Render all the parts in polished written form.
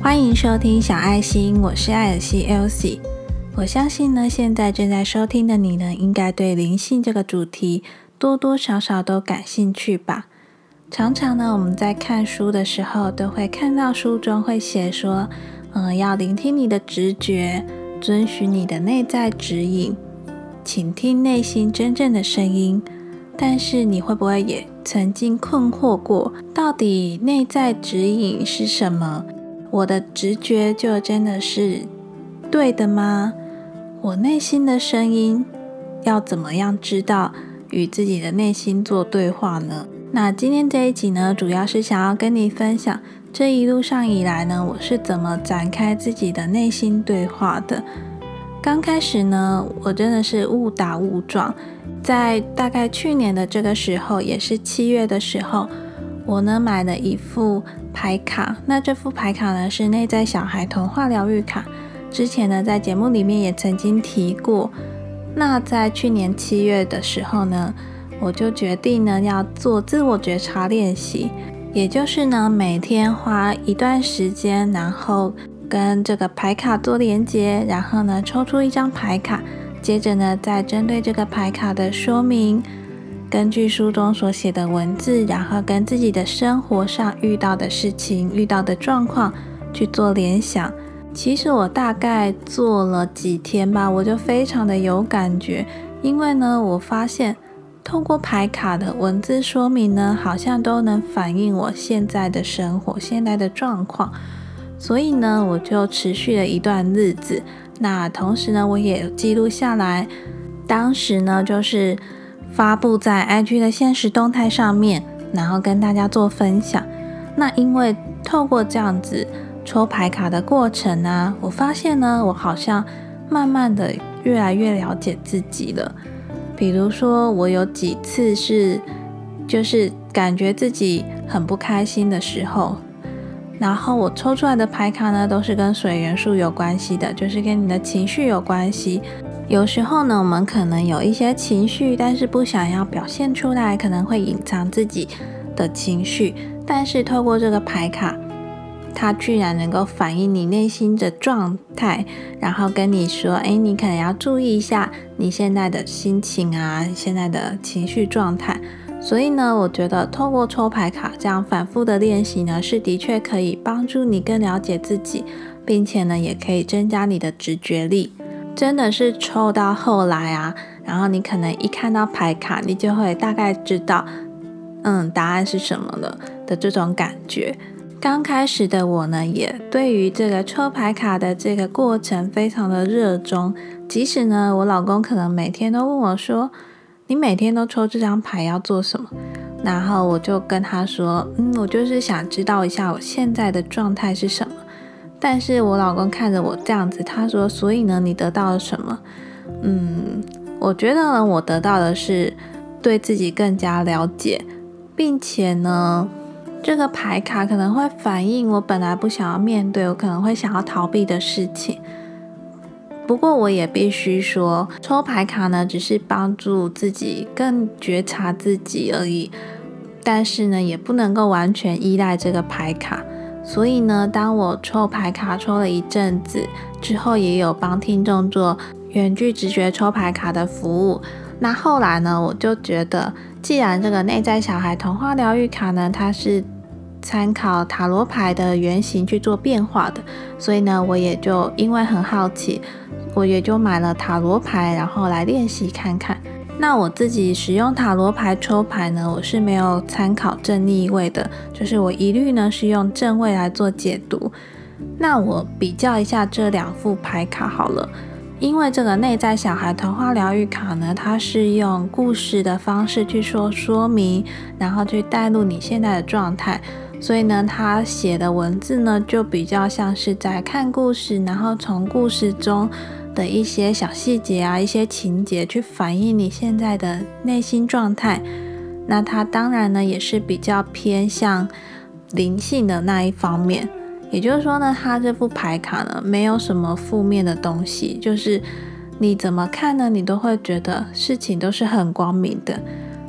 欢迎收听小爱心，我是艾尔西 Elsie。我相信呢，现在正在收听的你呢，应该对灵性这个主题多多少少都感兴趣吧。常常呢，我们在看书的时候，都会看到书中会写说，要聆听你的直觉，遵循你的内在指引，倾听内心真正的声音。但是你会不会也曾经困惑过，到底内在指引是什么？我的直觉就真的是对的吗？我内心的声音要怎么样知道与自己的内心做对话呢？那今天这一集呢，主要是想要跟你分享这一路上以来呢，我是怎么展开自己的内心对话的。刚开始呢，我真的是误打误撞，在大概去年的这个时候，也是7月的时候，我呢买了一副牌卡。那这副牌卡呢是内在小孩童话疗愈卡，之前呢在节目里面也曾经提过。那在去年7月的时候呢，我就决定呢要做自我觉察练习，也就是呢每天花一段时间，然后跟这个牌卡做连结，然后呢抽出一张牌卡，接着呢再针对这个牌卡的说明，根据书中所写的文字，然后跟自己的生活上遇到的事情、遇到的状况去做联想。其实我大概做了几天吧，我就非常的有感觉，因为呢我发现透过牌卡的文字说明呢，好像都能反映我现在的生活、现在的状况。所以呢我就持续了一段日子，那同时呢我也记录下来，当时呢就是发布在 IG 的限时动态上面，然后跟大家做分享。那因为透过这样子抽牌卡的过程啊，我发现呢我好像慢慢的越来越了解自己了。比如说我有几次是就是感觉自己很不开心的时候，然后我抽出来的牌卡呢都是跟水元素有关系的，就是跟你的情绪有关系。有时候呢我们可能有一些情绪，但是不想要表现出来，可能会隐藏自己的情绪，但是透过这个牌卡，它居然能够反映你内心的状态，然后跟你说你可能要注意一下你现在的心情啊，现在的情绪状态。所以呢我觉得透过抽牌卡这样反复的练习呢，是的确可以帮助你更了解自己，并且呢也可以增加你的直觉力。真的是抽到后来啊，然后你可能一看到牌卡，你就会大概知道答案是什么了的这种感觉。刚开始的我呢，也对于这个抽牌卡的这个过程非常的热衷，即使呢我老公可能每天都问我说，你每天都抽这张牌要做什么？然后我就跟他说我就是想知道一下我现在的状态是什么。但是我老公看着我这样子，他说，所以呢你得到了什么？我觉得呢我得到的是对自己更加了解，并且呢这个牌卡可能会反映我本来不想要面对，我可能会想要逃避的事情。不过我也必须说，抽牌卡呢只是帮助自己更觉察自己而已，但是呢也不能够完全依赖这个牌卡。所以呢当我抽牌卡抽了一阵子之后，也有帮听众做远距直觉抽牌卡的服务。那后来呢我就觉得，既然这个内在小孩童话疗愈卡呢它是参考塔罗牌的原型去做变化的，所以呢我也就因为很好奇，我也就买了塔罗牌，然后来练习看看。那我自己使用塔罗牌抽牌呢，我是没有参考正逆位的，就是我一律呢是用正位来做解读。那我比较一下这两副牌卡好了。因为这个内在小孩童话疗愈卡呢，它是用故事的方式去说明，然后去带入你现在的状态，所以呢它写的文字呢就比较像是在看故事，然后从故事中的一些小细节啊，一些情节去反映你现在的内心状态。那它当然呢也是比较偏向灵性的那一方面，也就是说呢它这副牌卡呢没有什么负面的东西，就是你怎么看呢你都会觉得事情都是很光明的。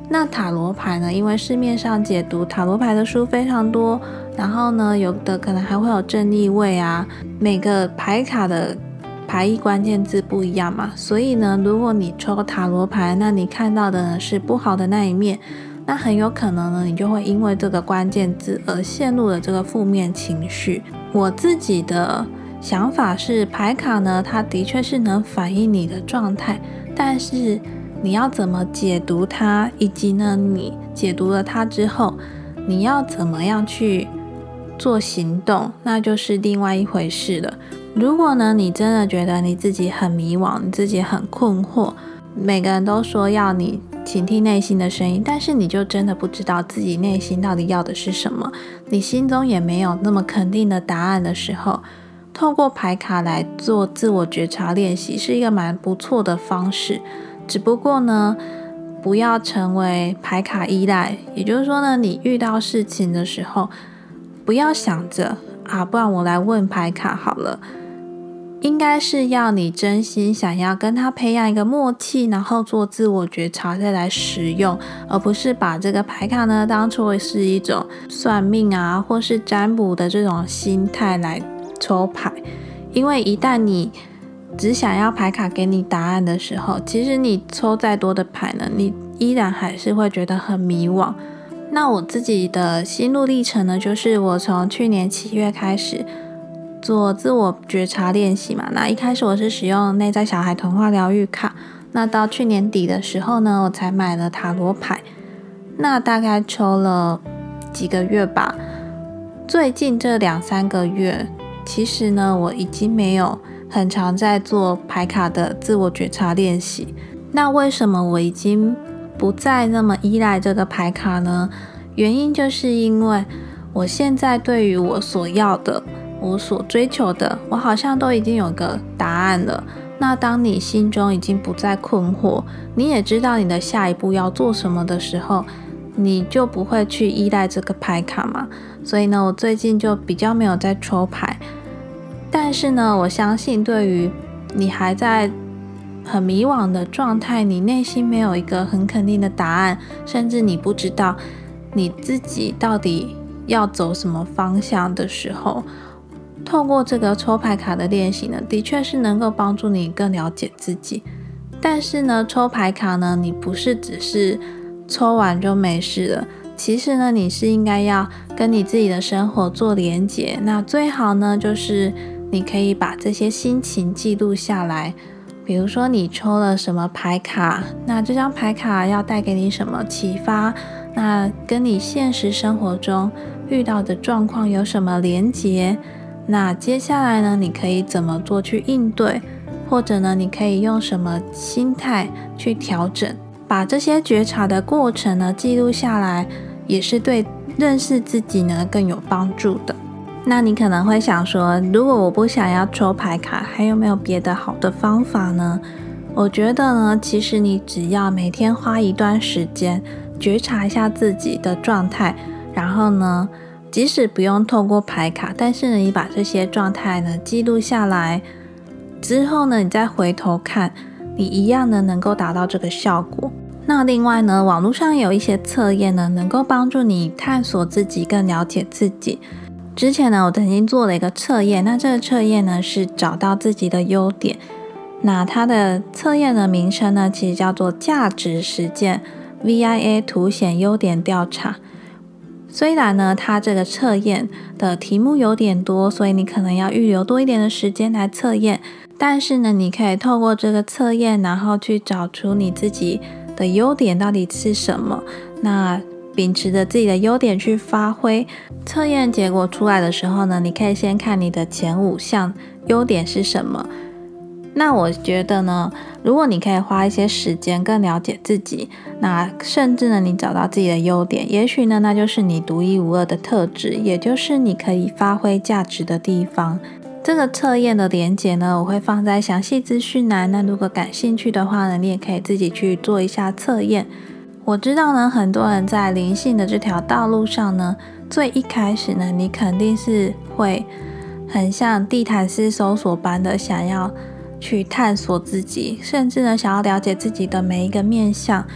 那塔罗牌呢，因为市面上解读塔罗牌的书非常多，然后呢，有的可能还会有正逆位啊，每个牌卡的牌意关键字不一样嘛，所以呢，如果你抽塔罗牌，那你看到的呢是不好的那一面，那很有可能呢，你就会因为这个关键字而陷入了这个负面情绪。我自己的想法是，牌卡呢，它的确是能反映你的状态，但是你要怎么解读它，以及呢，你解读了它之后，你要怎么样去做行动，那就是另外一回事了。如果呢，你真的觉得你自己很迷惘，你自己很困惑，每个人都说要你倾听内心的声音，但是你就真的不知道自己内心到底要的是什么，你心中也没有那么肯定的答案的时候，透过牌卡来做自我觉察练习是一个蛮不错的方式。只不过呢，不要成为牌卡依赖，也就是说呢，你遇到事情的时候，不要想着不然我来问牌卡好了，应该是要你真心想要跟他培养一个默契，然后做自我觉察再来使用，而不是把这个牌卡呢当作是一种算命啊或是占卜的这种心态来抽牌。因为一旦你只想要牌卡给你答案的时候，其实你抽再多的牌呢，你依然还是会觉得很迷惘。那我自己的心路历程呢，就是我从去年7月开始做自我觉察练习嘛，那一开始我是使用内在小孩童话疗愈卡，那到去年底的时候呢，我才买了塔罗牌，那大概抽了几个月吧。最近这2-3个月，其实呢，我已经没有很常在做牌卡的自我觉察练习。那为什么我已经不再那么依赖这个牌卡呢？原因就是因为我现在对于我所要的，我所追求的，我好像都已经有个答案了。那当你心中已经不再困惑，你也知道你的下一步要做什么的时候，你就不会去依赖这个牌卡嘛。所以呢，我最近就比较没有在抽牌。但是呢，我相信对于你还在很迷惘的状态，你内心没有一个很肯定的答案，甚至你不知道你自己到底要走什么方向的时候，透过这个抽牌卡的练习呢，的确是能够帮助你更了解自己。但是呢，抽牌卡呢，你不是只是抽完就没事了，其实呢，你是应该要跟你自己的生活做连结。那最好呢，就是你可以把这些心情记录下来，比如说你抽了什么牌卡，那这张牌卡要带给你什么启发，那跟你现实生活中遇到的状况有什么连结，那接下来呢，你可以怎么做去应对，或者呢，你可以用什么心态去调整。把这些觉察的过程呢记录下来，也是对认识自己呢更有帮助的。那你可能会想说，如果我不想要抽牌卡，还有没有别的好的方法呢？我觉得呢，其实你只要每天花一段时间觉察一下自己的状态，然后呢，即使不用透过牌卡，但是呢，你把这些状态呢记录下来之后呢，你再回头看，你一样呢能够达到这个效果。那另外呢，网络上有一些测验呢，能够帮助你探索自己，更了解自己。之前呢，我曾经做了一个测验，那这个测验呢是找到自己的优点。那它的测验的名称呢，其实叫做价值实践 VIA 凸显优点调查。虽然呢，它这个测验的题目有点多，所以你可能要预留多一点的时间来测验。但是呢，你可以透过这个测验，然后去找出你自己的优点到底是什么。那秉持着自己的优点去发挥。测验结果出来的时候呢，你可以先看你的前5项优点是什么。那我觉得呢，如果你可以花一些时间更了解自己，那甚至呢，你找到自己的优点，也许呢，那就是你独一无二的特质，也就是你可以发挥价值的地方。这个测验的连结呢，我会放在详细资讯栏，那如果感兴趣的话呢，你也可以自己去做一下测验。我知道呢，很多人在灵性的这条道路上呢，最一开始呢，你肯定是会很像地毯式搜索般的想要去探索自己，甚至呢，想要了解自己的每一个面向。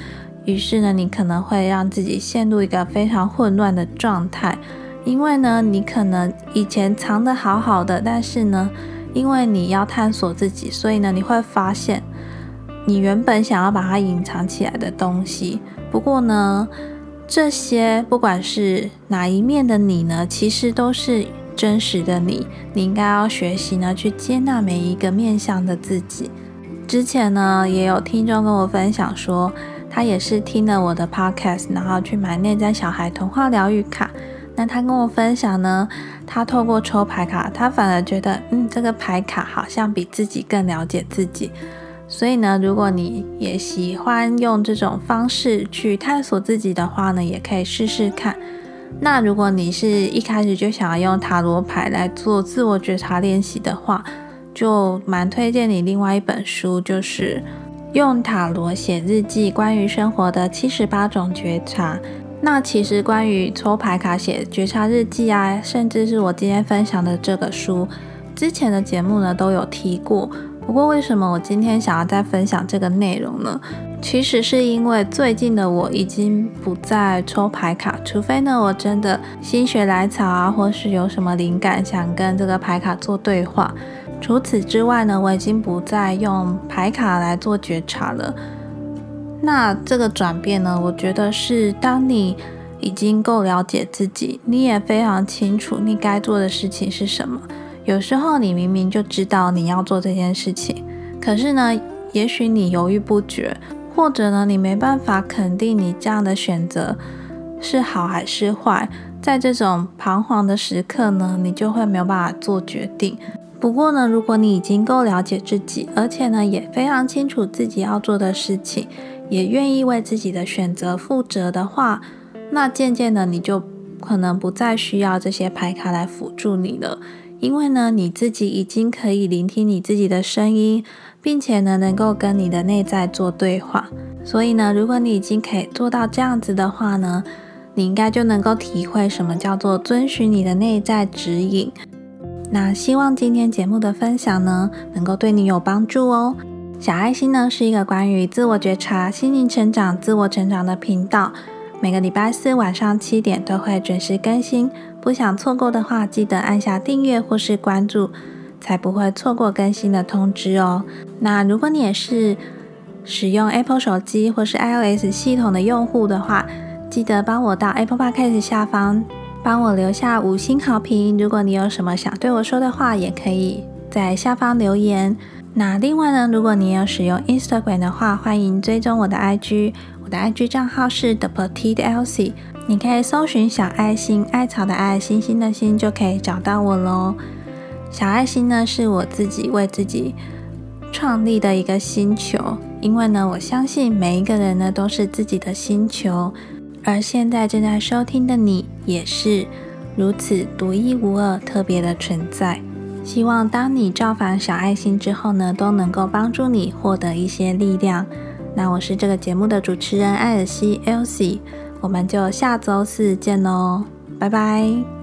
于是呢，你可能会让自己陷入一个非常混乱的状态，因为呢，你可能以前藏得好好的，但是呢，因为你要探索自己，所以呢，你会发现你原本想要把它隐藏起来的东西。不过呢，这些不管是哪一面的你呢，其实都是真实的你。你应该要学习呢，去接纳每一个面向的自己。之前呢，也有听众跟我分享说，他也是听了我的 podcast， 然后去买内在小孩童话疗愈卡。那他跟我分享呢，他透过抽牌卡，他反而觉得这个牌卡好像比自己更了解自己。所以呢，如果你也喜欢用这种方式去探索自己的话呢，也可以试试看。那如果你是一开始就想要用塔罗牌来做自我觉察练习的话，就蛮推荐你另外一本书，就是用塔罗写日记，关于生活的78种觉察。那其实关于抽牌卡写觉察日记啊，甚至是我今天分享的这个书，之前的节目呢都有提过。不过为什么我今天想要再分享这个内容呢？其实是因为最近的我已经不再抽牌卡，除非呢我真的心血来潮啊，或是有什么灵感想跟这个牌卡做对话。除此之外呢，我已经不再用牌卡来做觉察了。那这个转变呢，我觉得是当你已经够了解自己，你也非常清楚你该做的事情是什么。有时候你明明就知道你要做这件事情，可是呢，也许你犹豫不决，或者呢，你没办法肯定你这样的选择是好还是坏。在这种彷徨的时刻呢，你就会没有办法做决定。不过呢，如果你已经够了解自己，而且呢，也非常清楚自己要做的事情，也愿意为自己的选择负责的话，那渐渐的你就可能不再需要这些牌卡来辅助你了。因为呢，你自己已经可以聆听你自己的声音，并且呢，能够跟你的内在做对话。所以呢，如果你已经可以做到这样子的话呢，你应该就能够体会什么叫做遵循你的内在指引。那希望今天节目的分享呢，能够对你有帮助哦。小爱心呢，是一个关于自我觉察、心灵成长、自我成长的频道。每个礼拜四晚上7点都会准时更新，不想错过的话，记得按下订阅或是关注，才不会错过更新的通知哦。那如果你也是使用 Apple 手机或是 iOS 系统的用户的话，记得帮我到 Apple Podcast 下方帮我留下5星好评。如果你有什么想对我说的话，也可以在下方留言。那另外呢，如果你有使用 Instagram 的话，欢迎追踪我的 IG， 我的 IG 账号是 The Petite Elsie， 你可以搜寻小爱心，艾草的爱，星星的星，就可以找到我咯。小爱心呢，是我自己为自己创立的一个星球，因为呢，我相信每一个人呢都是自己的星球，而现在正在收听的你也是如此独一无二、特别的存在。希望当你造访小爱心之后呢，都能够帮助你获得一些力量。那我是这个节目的主持人艾尔西 Elsie， 我们就下周4见咯，拜拜。